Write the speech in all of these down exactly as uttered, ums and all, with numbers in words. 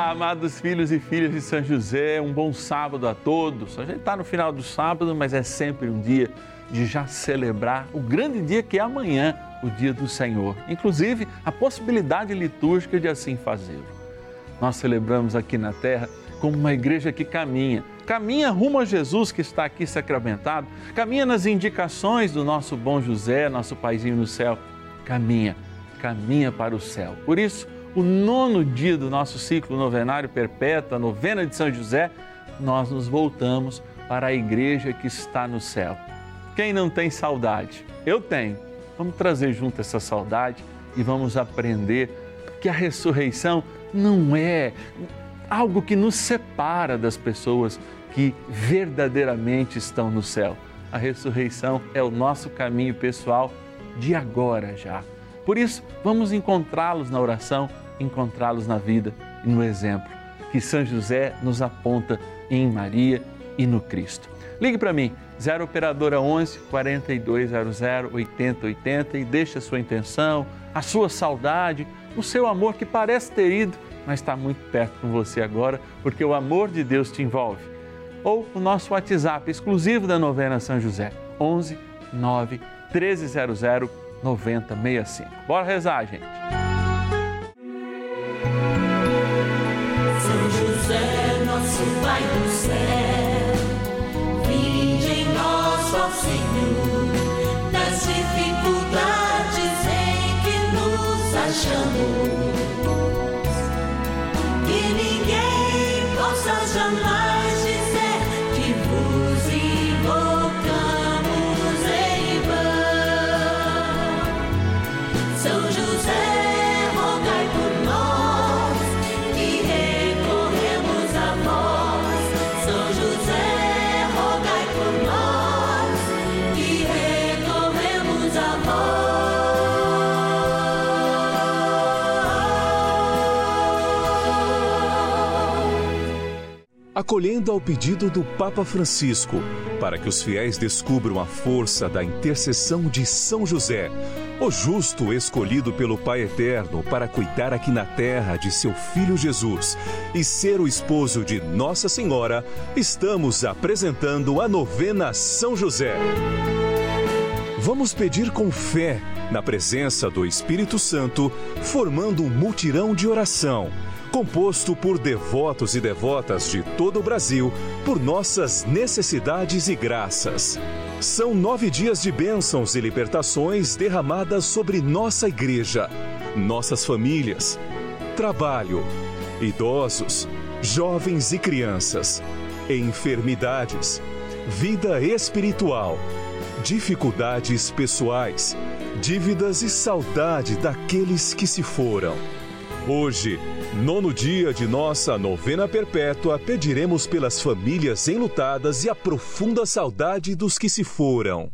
Olá, amados filhos e filhas de São José, um bom sábado a todos. A gente está no final do sábado, mas é sempre um dia de já celebrar o grande dia que é amanhã, o dia do Senhor. Inclusive, a possibilidade litúrgica de assim fazê-lo. Nós celebramos aqui na terra como uma igreja que caminha, caminha rumo a Jesus que está aqui sacramentado, caminha nas indicações do nosso bom José, nosso paizinho no céu, caminha, caminha para o céu. Por isso, o nono dia do nosso ciclo novenário perpétuo, a novena de São José, nós nos voltamos para a igreja que está no céu. Quem não tem saudade? Eu tenho. Vamos trazer junto essa saudade e vamos aprender que a ressurreição não é algo que nos separa das pessoas que verdadeiramente estão no céu. A ressurreição é o nosso caminho pessoal de agora já. Por isso, vamos encontrá-los na oração, encontrá-los na vida e no exemplo que São José nos aponta em Maria e no Cristo. Ligue para mim, zero operadora onze, quarenta e dois zero zero, oitenta oitenta e deixe a sua intenção, a sua saudade, o seu amor que parece ter ido, mas está muito perto com você agora, porque o amor de Deus te envolve. Ou o nosso WhatsApp exclusivo da novena São José, onze nove treze zero zero noventa sessenta e cinco. Bora rezar, gente. São José, nosso Pai do céu, vinde em nós, ó Senhor, nas dificuldades em que nos achamos, que ninguém possa jamais dizer que vos invocamos em vão. São José, rogai por nós, que recorremos a vós. São José, rogai por nós, que recorremos a vós. Acolhendo ao pedido do Papa Francisco, para que os fiéis descubram a força da intercessão de São José, o justo escolhido pelo Pai Eterno para cuidar aqui na terra de seu Filho Jesus e ser o esposo de Nossa Senhora, estamos apresentando a novena São José. Vamos pedir com fé, na presença do Espírito Santo, formando um mutirão de oração, composto por devotos e devotas de todo o Brasil, por nossas necessidades e graças. São nove dias de bênçãos e libertações derramadas sobre nossa igreja, nossas famílias, trabalho, idosos, jovens e crianças, enfermidades, vida espiritual, dificuldades pessoais, dívidas e saudade daqueles que se foram. Hoje, nono dia de nossa novena perpétua, pediremos pelas famílias enlutadas e a profunda saudade dos que se foram.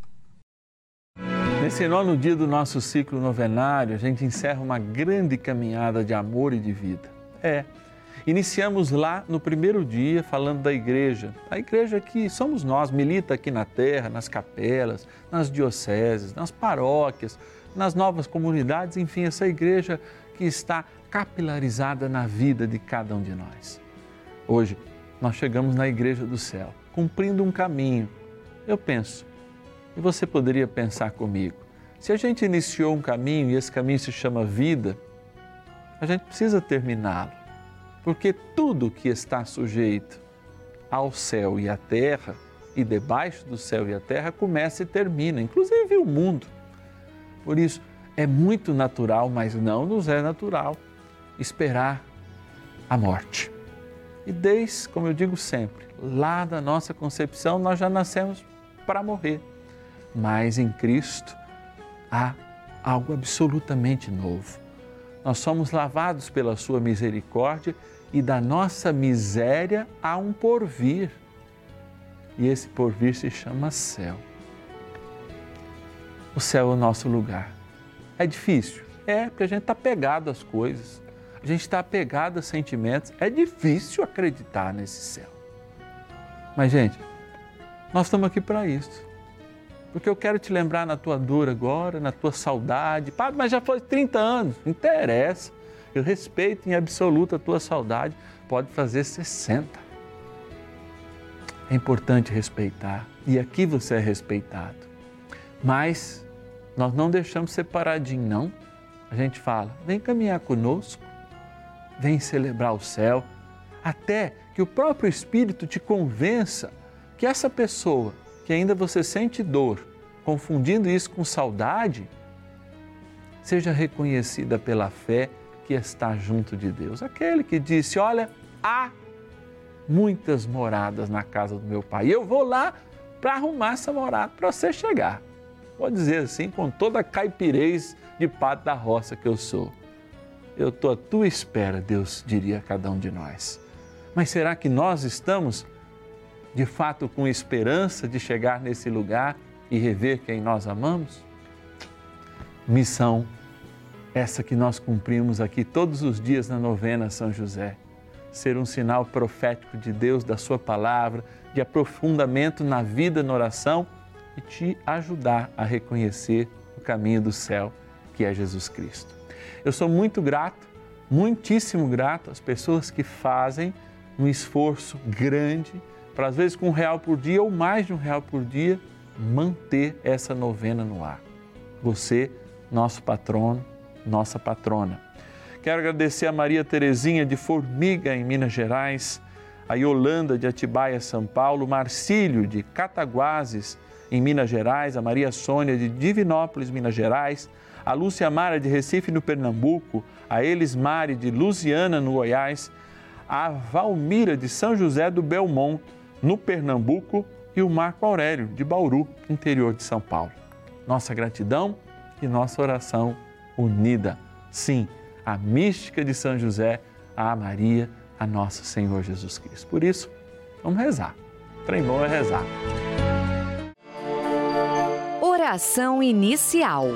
Nesse nono dia do nosso ciclo novenário, a gente encerra uma grande caminhada de amor e de vida. É, iniciamos lá no primeiro dia falando da igreja. A igreja que somos nós, milita aqui na terra, nas capelas, nas dioceses, nas paróquias, nas novas comunidades, enfim, essa igreja que está capilarizada na vida de cada um de nós. Hoje, nós chegamos na igreja do céu, cumprindo um caminho. Eu penso, e você poderia pensar comigo, se a gente iniciou um caminho e esse caminho se chama vida, a gente precisa terminá-lo, porque tudo que está sujeito ao céu e à terra, e debaixo do céu e a terra, começa e termina, inclusive o mundo. Por isso, é muito natural, mas não nos é natural, esperar a morte. E desde, como eu digo sempre, lá da nossa concepção, nós já nascemos para morrer. Mas em Cristo há algo absolutamente novo. Nós somos lavados pela sua misericórdia e da nossa miséria há um porvir. E esse porvir se chama céu. O céu é o nosso lugar. É difícil? É, porque a gente está apegado às coisas. A gente está apegado a sentimentos. É difícil acreditar nesse céu. Mas, gente, nós estamos aqui para isso. Porque eu quero te lembrar na tua dor agora, na tua saudade. Padre, mas já foi trinta anos. Não interessa. Eu respeito em absoluto a tua saudade, pode fazer sessenta. É importante respeitar, e aqui você é respeitado. Mas nós não deixamos separadinho, não. A gente fala, vem caminhar conosco, vem celebrar o céu, até que o próprio Espírito te convença que essa pessoa, que ainda você sente dor, confundindo isso com saudade, seja reconhecida pela fé que está junto de Deus. Aquele que disse, olha, há muitas moradas na casa do meu Pai. Eu vou lá para arrumar essa morada para você chegar. Vou dizer assim, com toda a caipirez de pato da roça que eu sou. Eu estou à tua espera, Deus diria a cada um de nós. Mas será que nós estamos, de fato, com esperança de chegar nesse lugar e rever quem nós amamos? Missão essa que nós cumprimos aqui todos os dias na novena São José. Ser um sinal profético de Deus, da sua palavra, de aprofundamento na vida, na oração e te ajudar a reconhecer o caminho do céu, que é Jesus Cristo. Eu sou muito grato, muitíssimo grato às pessoas que fazem um esforço grande para, às vezes, com um real por dia ou mais de um real por dia, manter essa novena no ar. Você, nosso patrono, nossa patrona. Quero agradecer a Maria Terezinha de Formiga, em Minas Gerais, a Yolanda de Atibaia, São Paulo, Marcílio de Cataguases, em Minas Gerais, a Maria Sônia de Divinópolis, Minas Gerais, a Lúcia Mara de Recife, no Pernambuco, a Elismari de Lusiana, no Goiás, a Valmira de São José do Belmont, no Pernambuco, e o Marco Aurélio de Bauru, interior de São Paulo. Nossa gratidão e nossa oração unida. Sim, a mística de São José, a Maria, a nosso Senhor Jesus Cristo. Por isso, vamos rezar. Trem bom é rezar. Oração inicial.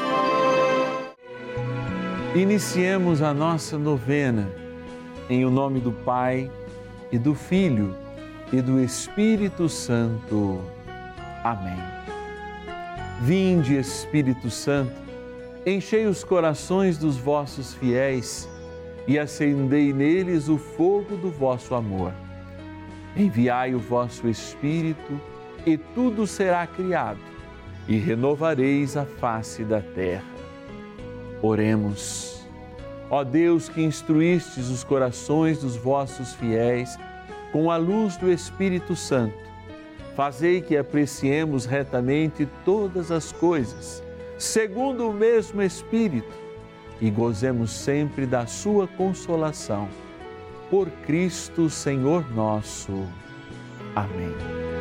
Iniciemos a nossa novena em o nome do Pai e do Filho e do Espírito Santo. Amém. Vinde, Espírito Santo, enchei os corações dos vossos fiéis e acendei neles o fogo do vosso amor. Enviai o vosso Espírito e tudo será criado e renovareis a face da terra. Oremos. Ó Deus, que instruístes os corações dos vossos fiéis com a luz do Espírito Santo, fazei que apreciemos retamente todas as coisas, segundo o mesmo Espírito, e gozemos sempre da sua consolação. Por Cristo, Senhor nosso. Amém.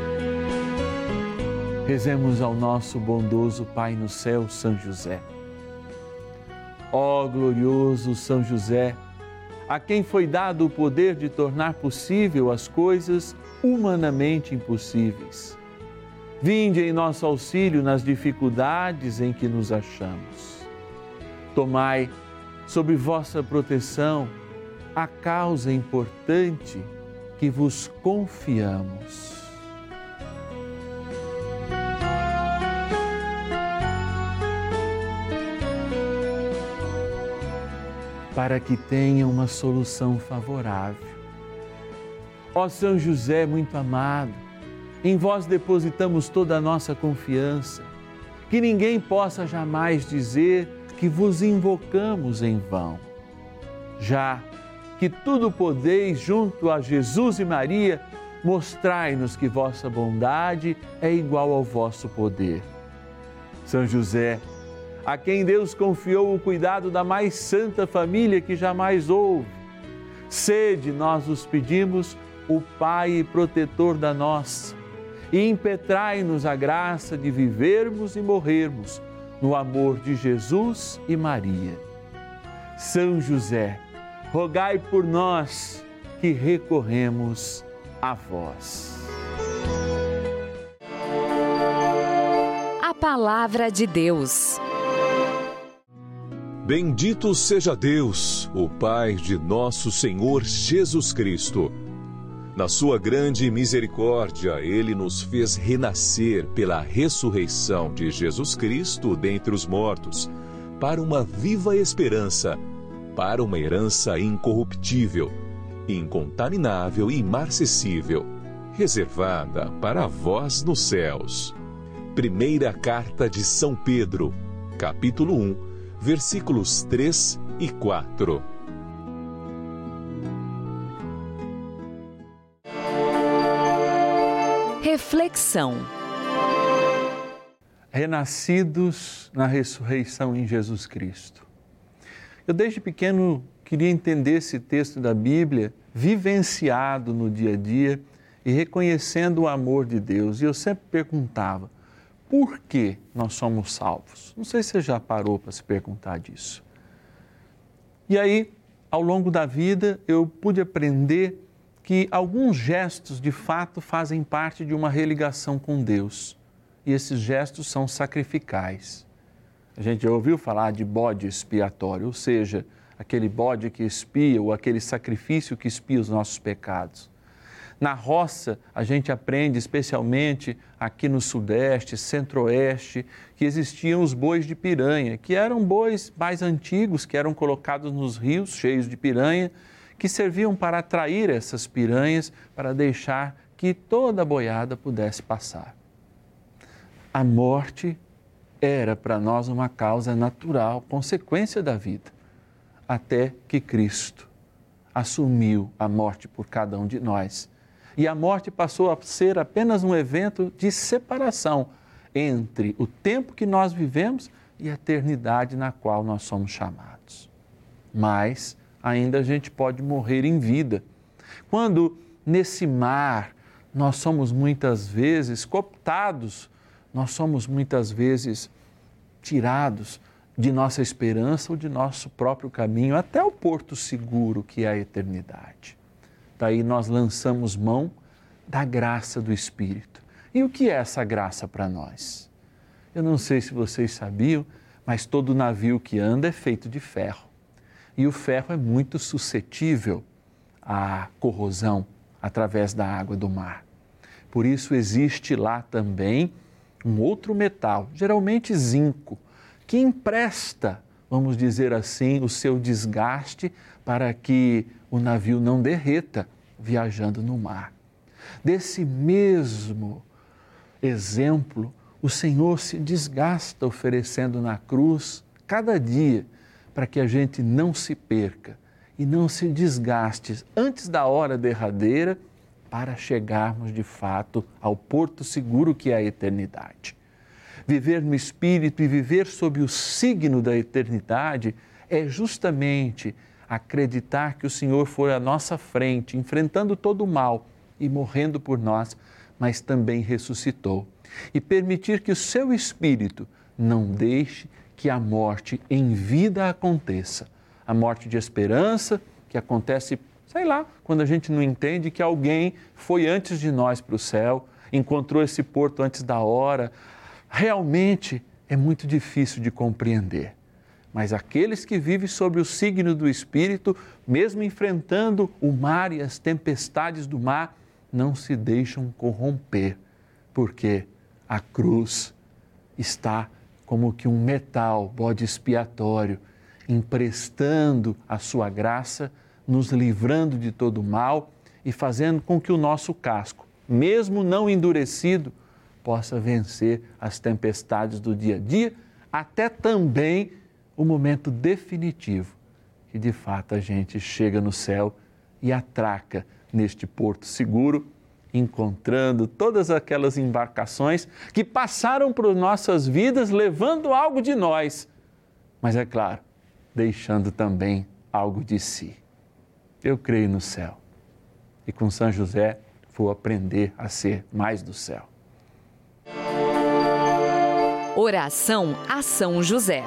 Rezemos ao nosso bondoso Pai no céu, São José. Ó glorioso São José, a quem foi dado o poder de tornar possível as coisas humanamente impossíveis. Vinde em nosso auxílio nas dificuldades em que nos achamos. Tomai sob vossa proteção a causa importante que vos confiamos. Para que tenha uma solução favorável. Ó São José muito amado, em vós depositamos toda a nossa confiança, que ninguém possa jamais dizer que vos invocamos em vão. Já que tudo podeis junto a Jesus e Maria, mostrai-nos que vossa bondade é igual ao vosso poder. São José, a quem Deus confiou o cuidado da mais santa família que jamais houve, sede, nós os pedimos, o Pai e protetor da nossa, e impetrai-nos a graça de vivermos e morrermos no amor de Jesus e Maria. São José, rogai por nós que recorremos a vós. A Palavra de Deus. Bendito seja Deus, o Pai de nosso Senhor Jesus Cristo. Na sua grande misericórdia, Ele nos fez renascer pela ressurreição de Jesus Cristo dentre os mortos, para uma viva esperança, para uma herança incorruptível, incontaminável e imarcessível, reservada para vós nos céus. Primeira Carta de São Pedro, capítulo um, versículos três e quatro. Reflexão. Renascidos na ressurreição em Jesus Cristo. Eu desde pequeno queria entender esse texto da Bíblia, vivenciado no dia a dia e reconhecendo o amor de Deus. E eu sempre perguntava, por que nós somos salvos? Não sei se você já parou para se perguntar disso. E aí, ao longo da vida, eu pude aprender que alguns gestos, de fato, fazem parte de uma religação com Deus. E esses gestos são sacrificais. A gente já ouviu falar de bode expiatório, ou seja, aquele bode que expia ou aquele sacrifício que expia os nossos pecados. Na roça, a gente aprende, especialmente aqui no Sudeste, Centro-Oeste, que existiam os bois de piranha, que eram bois mais antigos, que eram colocados nos rios cheios de piranha, que serviam para atrair essas piranhas, para deixar que toda a boiada pudesse passar. A morte era para nós uma causa natural, consequência da vida, até que Cristo assumiu a morte por cada um de nós. E a morte passou a ser apenas um evento de separação entre o tempo que nós vivemos e a eternidade na qual nós somos chamados. Mas ainda a gente pode morrer em vida. Quando nesse mar nós somos muitas vezes cooptados, nós somos muitas vezes tirados de nossa esperança ou de nosso próprio caminho até o porto seguro que é a eternidade. Daí nós lançamos mão da graça do Espírito. E o que é essa graça para nós? Eu não sei se vocês sabiam, mas todo navio que anda é feito de ferro. E o ferro é muito suscetível à corrosão através da água do mar. Por isso existe lá também um outro metal, geralmente zinco, que empresta, vamos dizer assim, o seu desgaste para que o navio não derreta viajando no mar. Desse mesmo exemplo, o Senhor se desgasta oferecendo na cruz cada dia para que a gente não se perca e não se desgaste antes da hora derradeira para chegarmos de fato ao porto seguro que é a eternidade. Viver no Espírito e viver sob o signo da eternidade é justamente acreditar que o Senhor foi à nossa frente, enfrentando todo o mal e morrendo por nós, mas também ressuscitou. E permitir que o seu Espírito não deixe que a morte em vida aconteça. A morte de esperança, que acontece, sei lá, quando a gente não entende que alguém foi antes de nós para o céu, encontrou esse porto antes da hora. Realmente é muito difícil de compreender. Mas aqueles que vivem sob o signo do Espírito, mesmo enfrentando o mar e as tempestades do mar, não se deixam corromper, porque a cruz está como que um metal, bode expiatório, emprestando a sua graça, nos livrando de todo o mal e fazendo com que o nosso casco, mesmo não endurecido, possa vencer as tempestades do dia a dia, até também o momento definitivo, que de fato a gente chega no céu e atraca neste porto seguro, encontrando todas aquelas embarcações que passaram por nossas vidas levando algo de nós, mas é claro, deixando também algo de si. Eu creio no céu e com São José vou aprender a ser mais do céu. Oração a São José.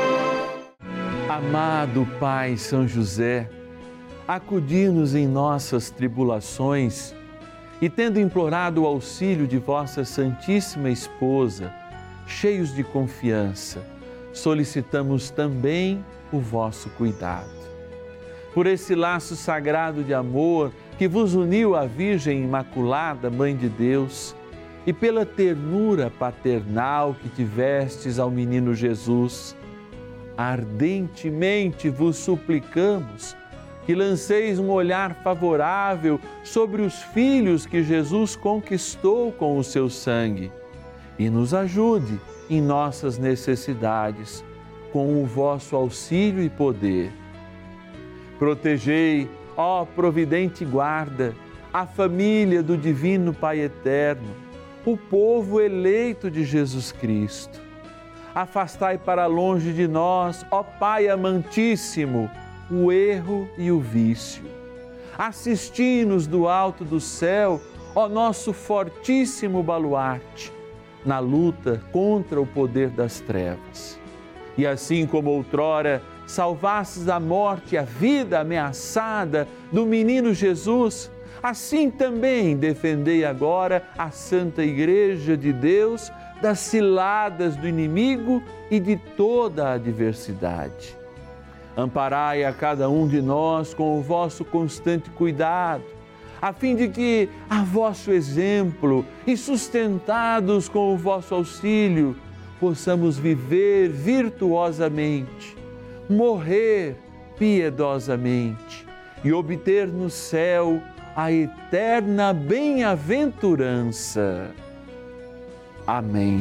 Amado Pai São José, acudi-nos em nossas tribulações e, tendo implorado o auxílio de vossa Santíssima Esposa, cheios de confiança, solicitamos também o vosso cuidado. Por esse laço sagrado de amor que vos uniu à Virgem Imaculada, Mãe de Deus, e pela ternura paternal que tivestes ao menino Jesus, ardentemente vos suplicamos que lanceis um olhar favorável sobre os filhos que Jesus conquistou com o seu sangue e nos ajude em nossas necessidades com o vosso auxílio e poder. Protegei, ó providente guarda, a família do Divino Pai Eterno, o povo eleito de Jesus Cristo. Afastai para longe de nós, ó Pai amantíssimo, o erro e o vício. Assisti-nos do alto do céu, ó nosso fortíssimo baluarte, na luta contra o poder das trevas. E assim como outrora salvastes da morte a vida ameaçada do menino Jesus, assim também defendei agora a Santa Igreja de Deus das ciladas do inimigo e de toda a adversidade. Amparai a cada um de nós com o vosso constante cuidado, a fim de que, a vosso exemplo e sustentados com o vosso auxílio, possamos viver virtuosamente, morrer piedosamente e obter no céu a eterna bem-aventurança. Amém.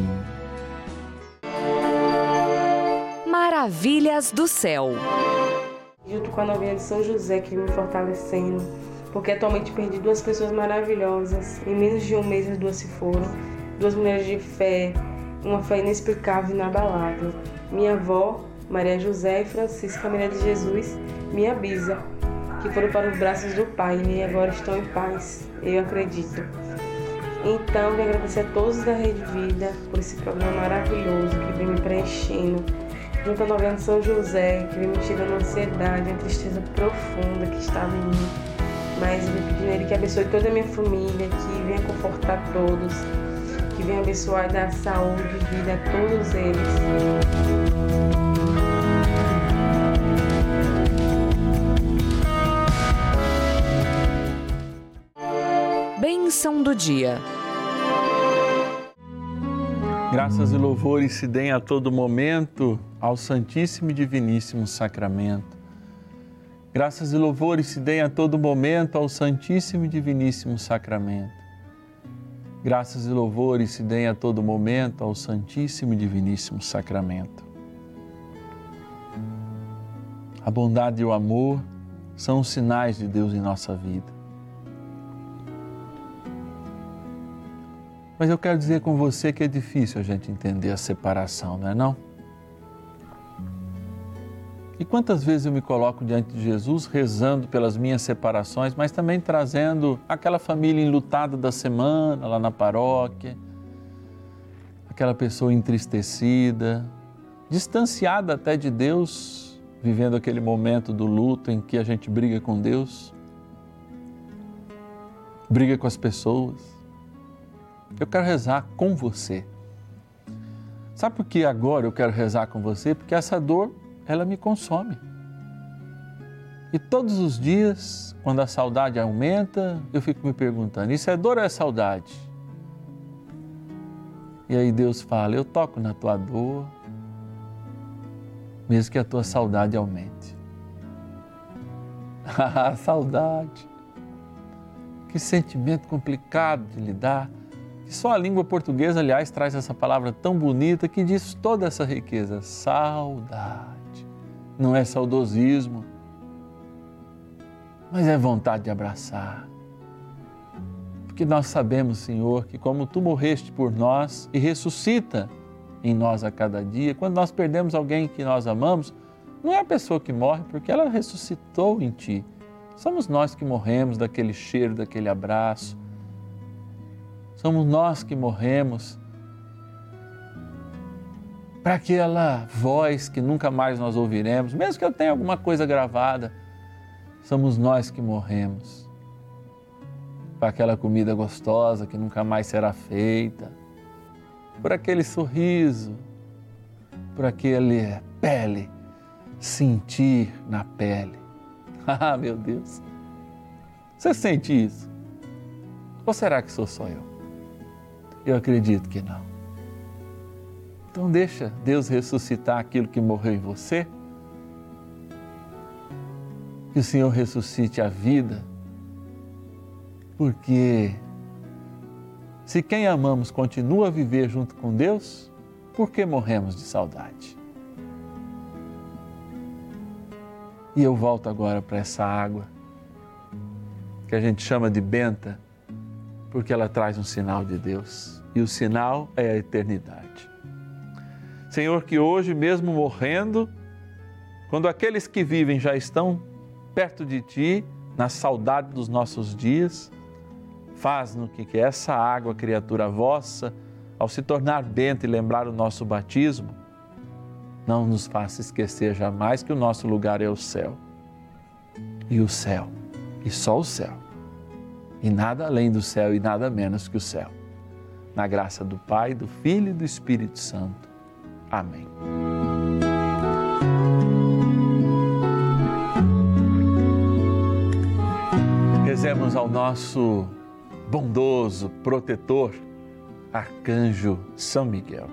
Maravilhas do céu. Junto com a novena de São José, que vem me fortalecendo, porque atualmente perdi duas pessoas maravilhosas. Em menos de um mês as duas se foram, duas mulheres de fé, uma fé inexplicável e inabalável. Minha avó, Maria José, e Francisca Maria de Jesus, minha bisa, que foram para os braços do Pai e agora estão em paz, eu acredito. Então, eu agradecer a todos da Rede Vida por esse programa maravilhoso que vem me preenchendo, junto à novena de São José, que vem me tirando a ansiedade, a tristeza profunda que estava em mim. Mas eu vou pedir a Ele que abençoe toda a minha família, que venha confortar todos, que venha abençoar e dar saúde e vida a todos eles. Bênção do dia. Graças e louvores se deem a todo momento ao Santíssimo e Diviníssimo Sacramento. Graças e louvores se deem a todo momento ao Santíssimo e Diviníssimo Sacramento. Graças e louvores se deem a todo momento ao Santíssimo e Diviníssimo Sacramento. A bondade e o amor são os sinais de Deus em nossa vida. Mas eu quero dizer com você que é difícil a gente entender a separação, não é não? E quantas vezes eu me coloco diante de Jesus rezando pelas minhas separações, mas também trazendo aquela família enlutada da semana lá na paróquia, aquela pessoa entristecida, distanciada até de Deus, vivendo aquele momento do luto em que a gente briga com Deus, briga com as pessoas. Eu quero rezar com você. Sabe por que agora eu quero rezar com você? Porque essa dor, ela me consome. E todos os dias, quando a saudade aumenta, eu fico me perguntando, isso é dor ou é saudade? E aí Deus fala, eu toco na tua dor, mesmo que a tua saudade aumente. Ah, saudade! Que sentimento complicado de lidar. E só a língua portuguesa, aliás, traz essa palavra tão bonita que diz toda essa riqueza. Saudade. Não é saudosismo, mas é vontade de abraçar. Porque nós sabemos, Senhor, que como Tu morreste por nós e ressuscita em nós a cada dia, quando nós perdemos alguém que nós amamos, não é a pessoa que morre, porque ela ressuscitou em Ti. Somos nós que morremos daquele cheiro, daquele abraço. Somos nós que morremos para aquela voz que nunca mais nós ouviremos, mesmo que eu tenha alguma coisa gravada, somos nós que morremos para aquela comida gostosa que nunca mais será feita, por aquele sorriso, por aquele pele, sentir na pele. Ah, meu Deus! Você sente isso? Ou será que sou só eu? Eu acredito que não. Então deixa Deus ressuscitar aquilo que morreu em você. Que o Senhor ressuscite a vida, porque se quem amamos continua a viver junto com Deus, por que morremos de saudade? E eu volto agora para essa água, que a gente chama de benta, porque ela traz um sinal de Deus, e o sinal é a eternidade. Senhor, que hoje mesmo morrendo, quando aqueles que vivem já estão perto de Ti, na saudade dos nossos dias, faz-nos que essa água, criatura vossa, ao se tornar benta e lembrar o nosso batismo, não nos faça esquecer jamais que o nosso lugar é o céu. E o céu, e só o céu. E nada além do céu e nada menos que o céu. Na graça do Pai, do Filho e do Espírito Santo. Amém. Rezemos ao nosso bondoso protetor, Arcanjo São Miguel.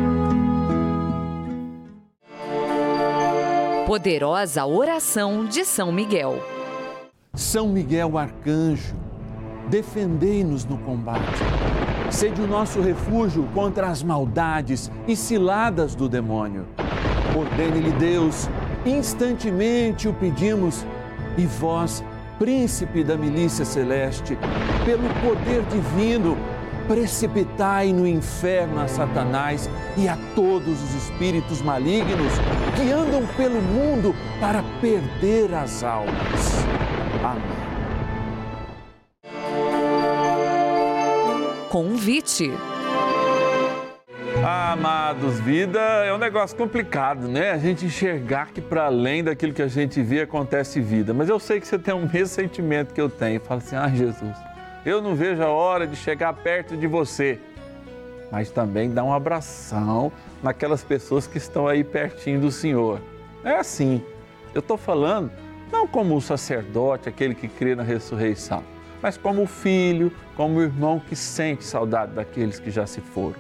Poderosa oração de São Miguel. São Miguel Arcanjo, defendei-nos no combate. Sede o nosso refúgio contra as maldades e ciladas do demônio. Ordene-lhe Deus, instantemente o pedimos, e vós, príncipe da milícia celeste, pelo poder divino, precipitai no inferno a Satanás e a todos os espíritos malignos que andam pelo mundo para perder as almas. Amém. Convite. Ah, amados, vida é um negócio complicado, né? A gente enxergar que para além daquilo que a gente vê acontece vida. Mas eu sei que você tem o mesmo sentimento que eu tenho. Fala assim, ah, Jesus, eu não vejo a hora de chegar perto de você. Mas também dá um abração naquelas pessoas que estão aí pertinho do Senhor. É assim, eu estou falando não como o sacerdote, aquele que crê na ressurreição, mas como o filho, como o irmão que sente saudade daqueles que já se foram.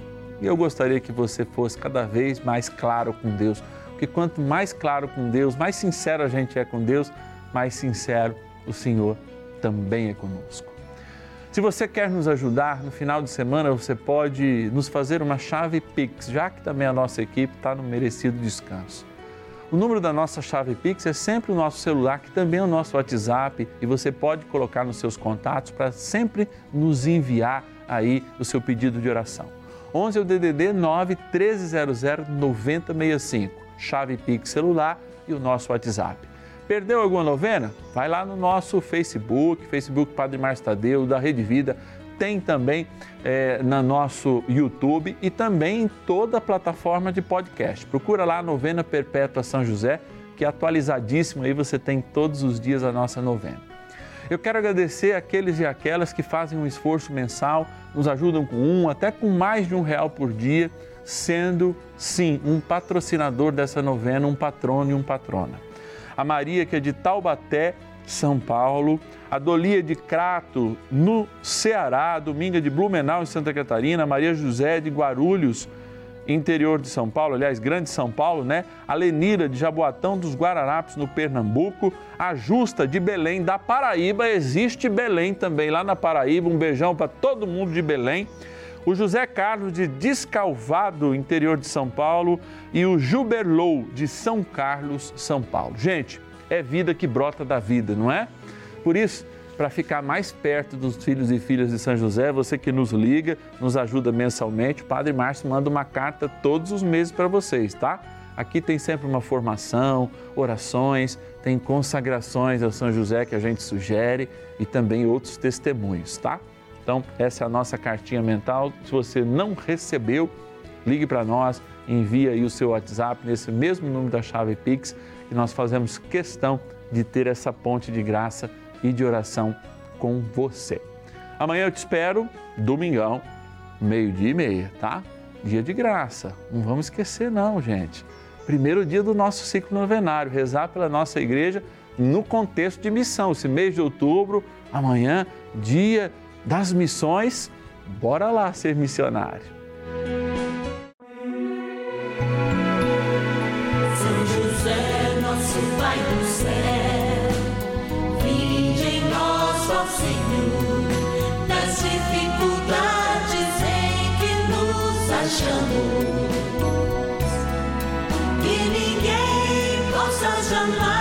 E eu gostaria que você fosse cada vez mais claro com Deus, porque quanto mais claro com Deus, mais sincero a gente é com Deus, mais sincero o Senhor também é conosco. Se você quer nos ajudar, no final de semana você pode nos fazer uma chave Pix, já que também a nossa equipe está no merecido descanso. O número da nossa chave Pix é sempre o nosso celular, que também é o nosso WhatsApp, e você pode colocar nos seus contatos para sempre nos enviar aí o seu pedido de oração. onze é o D D D nove, treze zero zero, noventa sessenta e cinco, chave Pix celular e o nosso WhatsApp. Perdeu alguma novena? Vai lá no nosso Facebook, Facebook Padre Márcio Tadeu, da Rede Vida, tem também é, no nosso YouTube e também em toda a plataforma de podcast. Procura lá a Novena Perpétua São José, que é atualizadíssimo, aí você tem todos os dias a nossa novena. Eu quero agradecer aqueles e aquelas que fazem um esforço mensal, nos ajudam com um, até com mais de um real por dia, sendo, sim, um patrocinador dessa novena, um patrono e um patrona. A Maria, que é de Taubaté, São Paulo, a Dolia de Crato, no Ceará, a Dominga de Blumenau, em Santa Catarina, a Maria José de Guarulhos, interior de São Paulo, aliás, Grande São Paulo, né? A Lenira de Jaboatão dos Guararapes, no Pernambuco, a Justa de Belém, da Paraíba, existe Belém também, lá na Paraíba, um beijão para todo mundo de Belém. O José Carlos de Descalvado, interior de São Paulo, e o Juberlou de São Carlos, São Paulo. Gente, é vida que brota da vida, não é? Por isso, para ficar mais perto dos filhos e filhas de São José, você que nos liga, nos ajuda mensalmente, o Padre Márcio manda uma carta todos os meses para vocês, tá? Aqui tem sempre uma formação, orações, tem consagrações a São José que a gente sugere e também outros testemunhos, tá? Então, essa é a nossa cartinha mental. Se você não recebeu, ligue para nós, envie aí o seu WhatsApp nesse mesmo número da chave Pix, e nós fazemos questão de ter essa ponte de graça e de oração com você. Amanhã eu te espero, domingão, meio-dia e meia, tá? Dia de graça, não vamos esquecer não, gente. Primeiro dia do nosso ciclo novenário, rezar pela nossa igreja no contexto de missão. Esse mês de outubro, amanhã, dia das missões, bora lá ser missionário. Senhor nas dificuldades em que nos achamos. Que ninguém possa jamais